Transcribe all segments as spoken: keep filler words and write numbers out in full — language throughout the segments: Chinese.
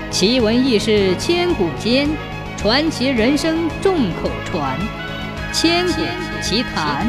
奇闻异事千古间，传奇人生众口传。千古奇谈。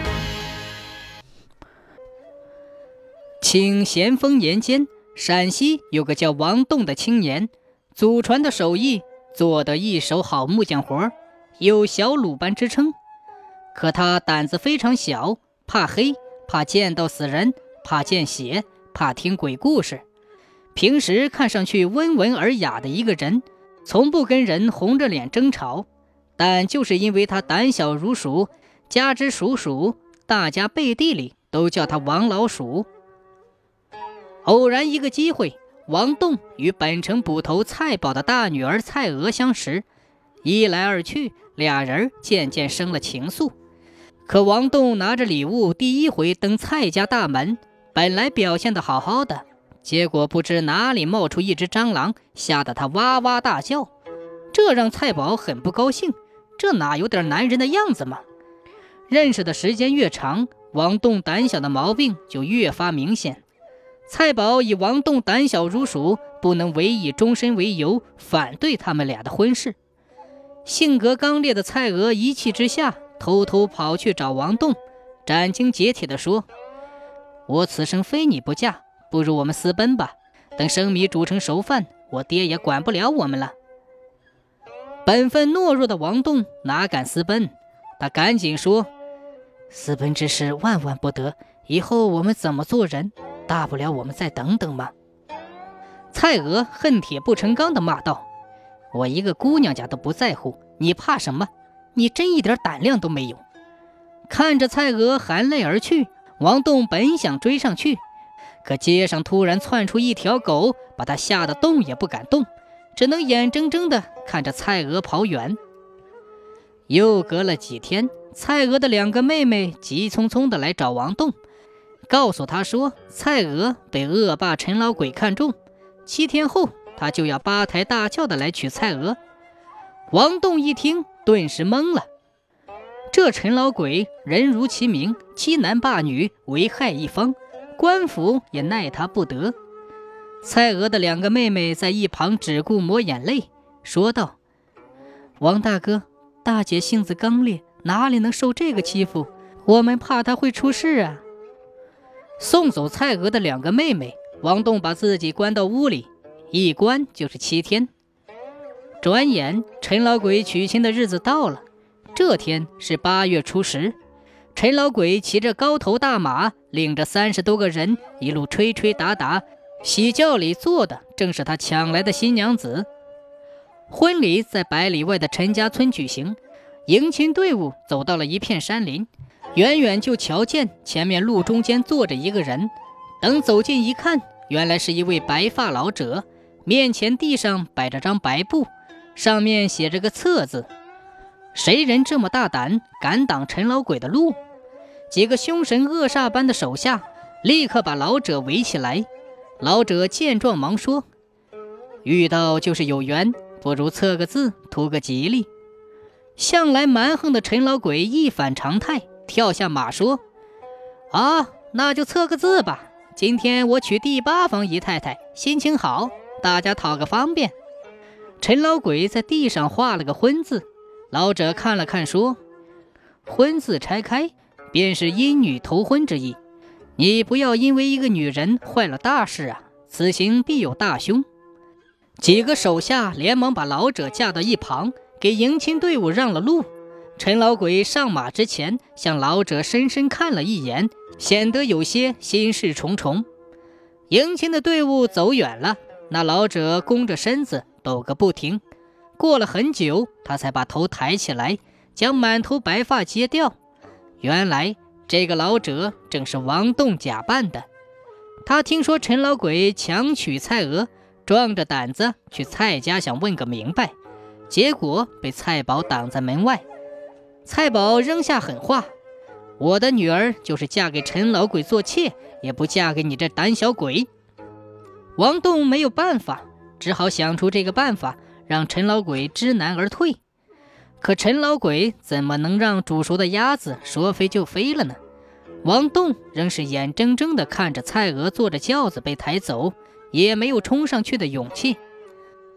清咸丰年间，陕西有个叫王栋的青年，祖传的手艺做得一手好木匠活，有小鲁班之称。可他胆子非常小，怕黑，怕见到死人，怕见血，怕听鬼故事。平时看上去温文尔雅的一个人，从不跟人红着脸争吵，但就是因为他胆小如鼠，加之属鼠，大家背地里都叫他王老鼠。偶然一个机会，王栋与本城捕头蔡宝的大女儿蔡娥相识，一来二去，俩人渐渐生了情愫。可王栋拿着礼物第一回登蔡家大门，本来表现得好好的，结果不知哪里冒出一只蟑螂，吓得他哇哇大叫。这让蔡宝很不高兴，这哪有点男人的样子嘛？认识的时间越长，王栋胆小的毛病就越发明显。蔡宝以王栋胆小如鼠，不能委以终身为由，反对他们俩的婚事。性格刚烈的蔡娥一气之下，偷偷跑去找王栋，斩钉截铁地说：我此生非你不嫁，不如我们私奔吧，等生米煮成熟饭，我爹也管不了我们了。本分懦弱的王栋哪敢私奔，他赶紧说：私奔之事万万不得，以后我们怎么做人，大不了我们再等等嘛。蔡娥恨铁不成钢地骂道：我一个姑娘家都不在乎，你怕什么？你真一点胆量都没有。看着蔡娥含泪而去，王栋本想追上去，可街上突然窜出一条狗，把他吓得动也不敢动，只能眼睁睁地看着蔡娥跑远。又隔了几天，蔡娥的两个妹妹急匆匆地来找王栋，告诉他说蔡娥被恶霸陈老鬼看中，七天后他就要八抬大轿的来娶蔡娥。王栋一听顿时懵了，这陈老鬼人如其名，欺男霸女，危害一方，官府也奈他不得。蔡娥的两个妹妹在一旁只顾抹眼泪，说道：王大哥，大姐性子刚烈，哪里能受这个欺负，我们怕她会出事啊。送走蔡娥的两个妹妹，王栋把自己关到屋里，一关就是七天。转眼陈老鬼娶亲的日子到了，这天是八月初十，陈老鬼骑着高头大马，领着三十多个人，一路吹吹打打，喜轿里坐的正是他抢来的新娘子。婚礼在百里外的陈家村举行，迎亲队伍走到了一片山林，远远就瞧见前面路中间坐着一个人，等走近一看，原来是一位白发老者，面前地上摆着张白布，上面写着个册字。谁人这么大胆，敢挡陈老鬼的路？几个凶神恶煞般的手下立刻把老者围起来。老者见状忙说：遇到就是有缘，不如测个字，图个吉利。向来蛮横的陈老鬼一反常态，跳下马说：啊，那就测个字吧，今天我娶第八房姨太太，心情好，大家讨个方便。陈老鬼在地上画了个婚字，老者看了看说：婚字拆开，便是阴女头婚之意，你不要因为一个女人坏了大事啊，此行必有大凶。几个手下连忙把老者架到一旁，给迎亲队伍让了路。陈老鬼上马之前向老者深深看了一眼，显得有些心事重重。迎亲的队伍走远了，那老者弓着身子抖个不停，过了很久，他才把头抬起来，将满头白发揭掉。原来这个老者正是王栋假扮的。他听说陈老鬼强娶蔡娥，壮着胆子去蔡家想问个明白，结果被蔡宝挡在门外。蔡宝扔下狠话：我的女儿就是嫁给陈老鬼做妾，也不嫁给你这胆小鬼。王栋没有办法，只好想出这个办法，让陈老鬼知难而退。可陈老鬼怎么能让煮熟的鸭子说飞就飞了呢？王栋仍是眼睁睁地看着蔡娥坐着轿子被抬走，也没有冲上去的勇气。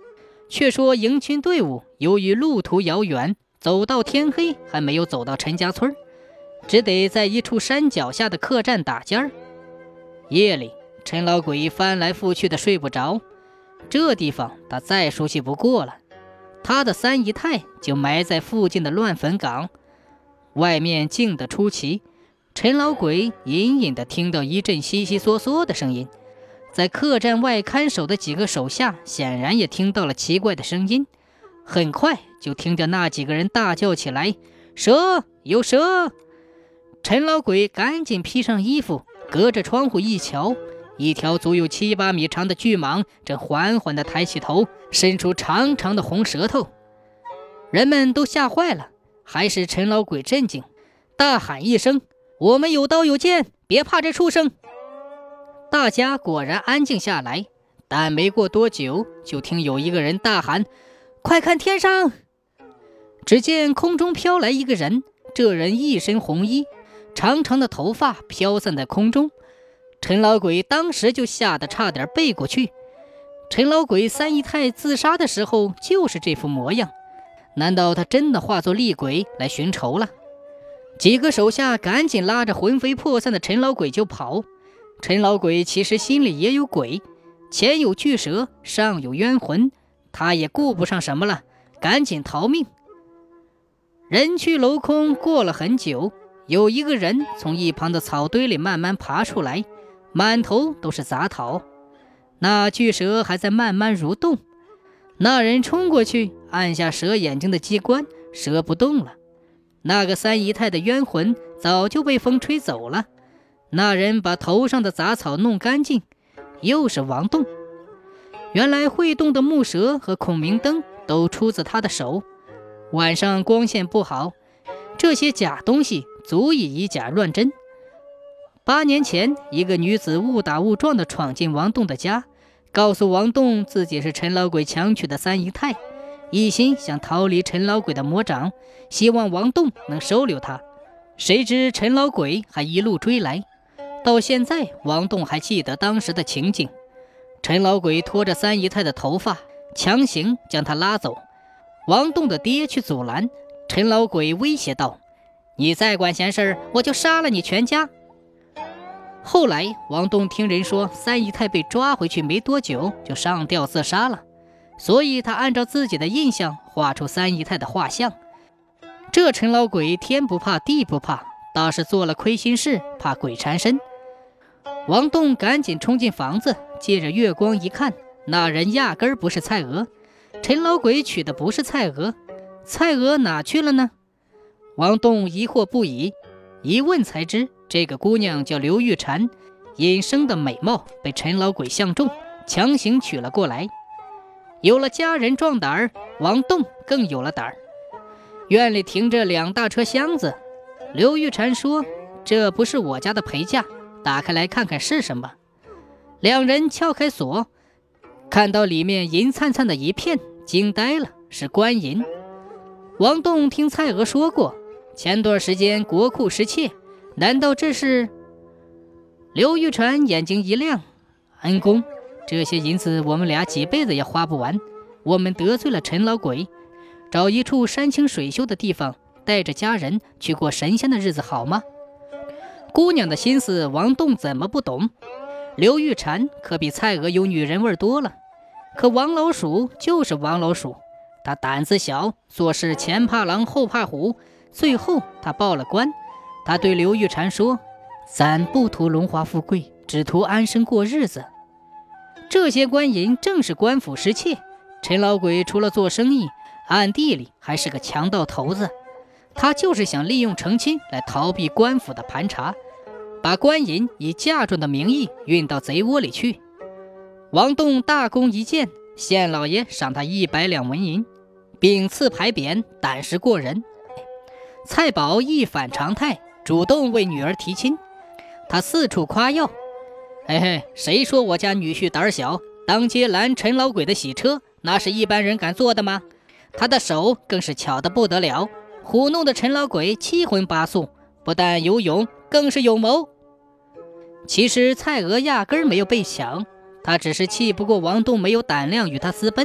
却说迎亲队伍由于路途遥远，走到天黑还没有走到陈家村，只得在一处山脚下的客栈打尖儿。夜里，陈老鬼翻来覆去的睡不着，这地方他再熟悉不过了。他的三姨太就埋在附近的乱坟岗，外面静得出奇。陈老鬼隐隐地听到一阵悉悉嗦嗦的声音，在客栈外看守的几个手下显然也听到了奇怪的声音，很快就听着那几个人大叫起来：“蛇！有蛇！”陈老鬼赶紧披上衣服，隔着窗户一瞧，一条足有七八米长的巨蟒正缓缓地抬起头，伸出长长的红舌头。人们都吓坏了，还是陈老鬼镇静，大喊一声：“我们有刀有剑，别怕这畜生！”大家果然安静下来，但没过多久，就听有一个人大喊：“快看天上！”只见空中飘来一个人，这人一身红衣，长长的头发飘散在空中。陈老鬼当时就吓得差点背过去。陈老鬼三姨太自杀的时候就是这副模样，难道他真的化作厉鬼来寻仇了？几个手下赶紧拉着魂飞魄散的陈老鬼就跑。陈老鬼其实心里也有鬼，前有巨蛇，上有冤魂，他也顾不上什么了，赶紧逃命。人去楼空，过了很久，有一个人从一旁的草堆里慢慢爬出来，满头都是杂草。那巨蛇还在慢慢蠕动，那人冲过去按下蛇眼睛的机关，蛇不动了。那个三姨太的冤魂早就被风吹走了。那人把头上的杂草弄干净，又是王栋。原来会动的木蛇和孔明灯都出自他的手。晚上光线不好，这些假东西足以以假乱真。八年前，一个女子误打误撞地闯进王栋的家，告诉王栋自己是陈老鬼强娶的三姨太，一心想逃离陈老鬼的魔掌，希望王栋能收留他。谁知陈老鬼还一路追来，到现在王栋还记得当时的情景。陈老鬼拖着三姨太的头发，强行将她拉走。王栋的爹去阻拦，陈老鬼威胁道：“你再管闲事，我就杀了你全家。”后来王栋听人说三姨太被抓回去没多久就上吊自杀了，所以他按照自己的印象画出三姨太的画像。这陈老鬼天不怕地不怕，倒是做了亏心事，怕鬼缠身。王栋赶紧冲进房子，借着月光一看，那人压根儿不是蔡娥。陈老鬼娶的不是蔡娥，蔡娥哪去了呢？王栋疑惑不已，一问才知这个姑娘叫刘玉婵，隐生的美貌被陈老鬼相中，强行娶了过来。有了家人壮胆儿，王栋更有了胆儿。院里停着两大车箱子，刘玉婵说：“这不是我家的陪嫁，打开来看看是什么。”两人撬开锁，看到里面银灿灿的一片，惊呆了，是官银。王栋听蔡娥说过，前段时间国库失窃，难道这是？刘玉婵眼睛一亮：“恩公，这些银子我们俩几辈子也花不完，我们得罪了陈老鬼，找一处山清水秀的地方，带着家人去过神仙的日子好吗？”姑娘的心思王栋怎么不懂？刘玉婵可比蔡娥有女人味多了，可王老鼠就是王老鼠，他胆子小，做事前怕狼后怕虎，最后他报了官。他对刘玉婵说：“咱不图荣华富贵，只图安生过日子。”这些官银正是官府失窃，陈老鬼除了做生意，暗地里还是个强盗头子。他就是想利用成亲来逃避官府的盘查，把官银以嫁妆的名义运到贼窝里去。王栋大功一件，县老爷赏他一百两纹银，并赐牌匾，胆识过人。蔡宝一反常态，主动为女儿提亲，他四处夸耀：“嘿嘿，谁说我家女婿胆小？当街拦陈老鬼的喜车，那是一般人敢做的吗？他的手更是巧得不得了，糊弄的陈老鬼七荤八素，不但有勇，更是有谋。”其实蔡娥压根儿没有被抢，她只是气不过王栋没有胆量与她私奔，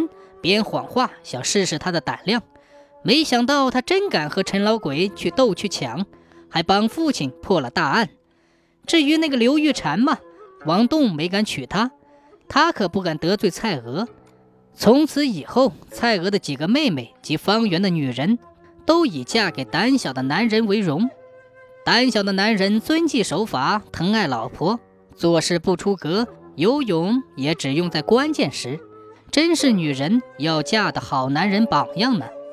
编谎话想试试他的胆量，没想到他真敢和陈老鬼去斗去抢，还帮父亲破了大案。至于那个刘玉婵嘛，王栋没敢娶她，他可不敢得罪蔡娥。从此以后，蔡娥的几个妹妹及方圆的女人都以嫁给胆小的男人为荣。胆小的男人遵纪守法，疼爱老婆，做事不出格，游泳也只用在关键时，真是女人要嫁的好男人榜样呢。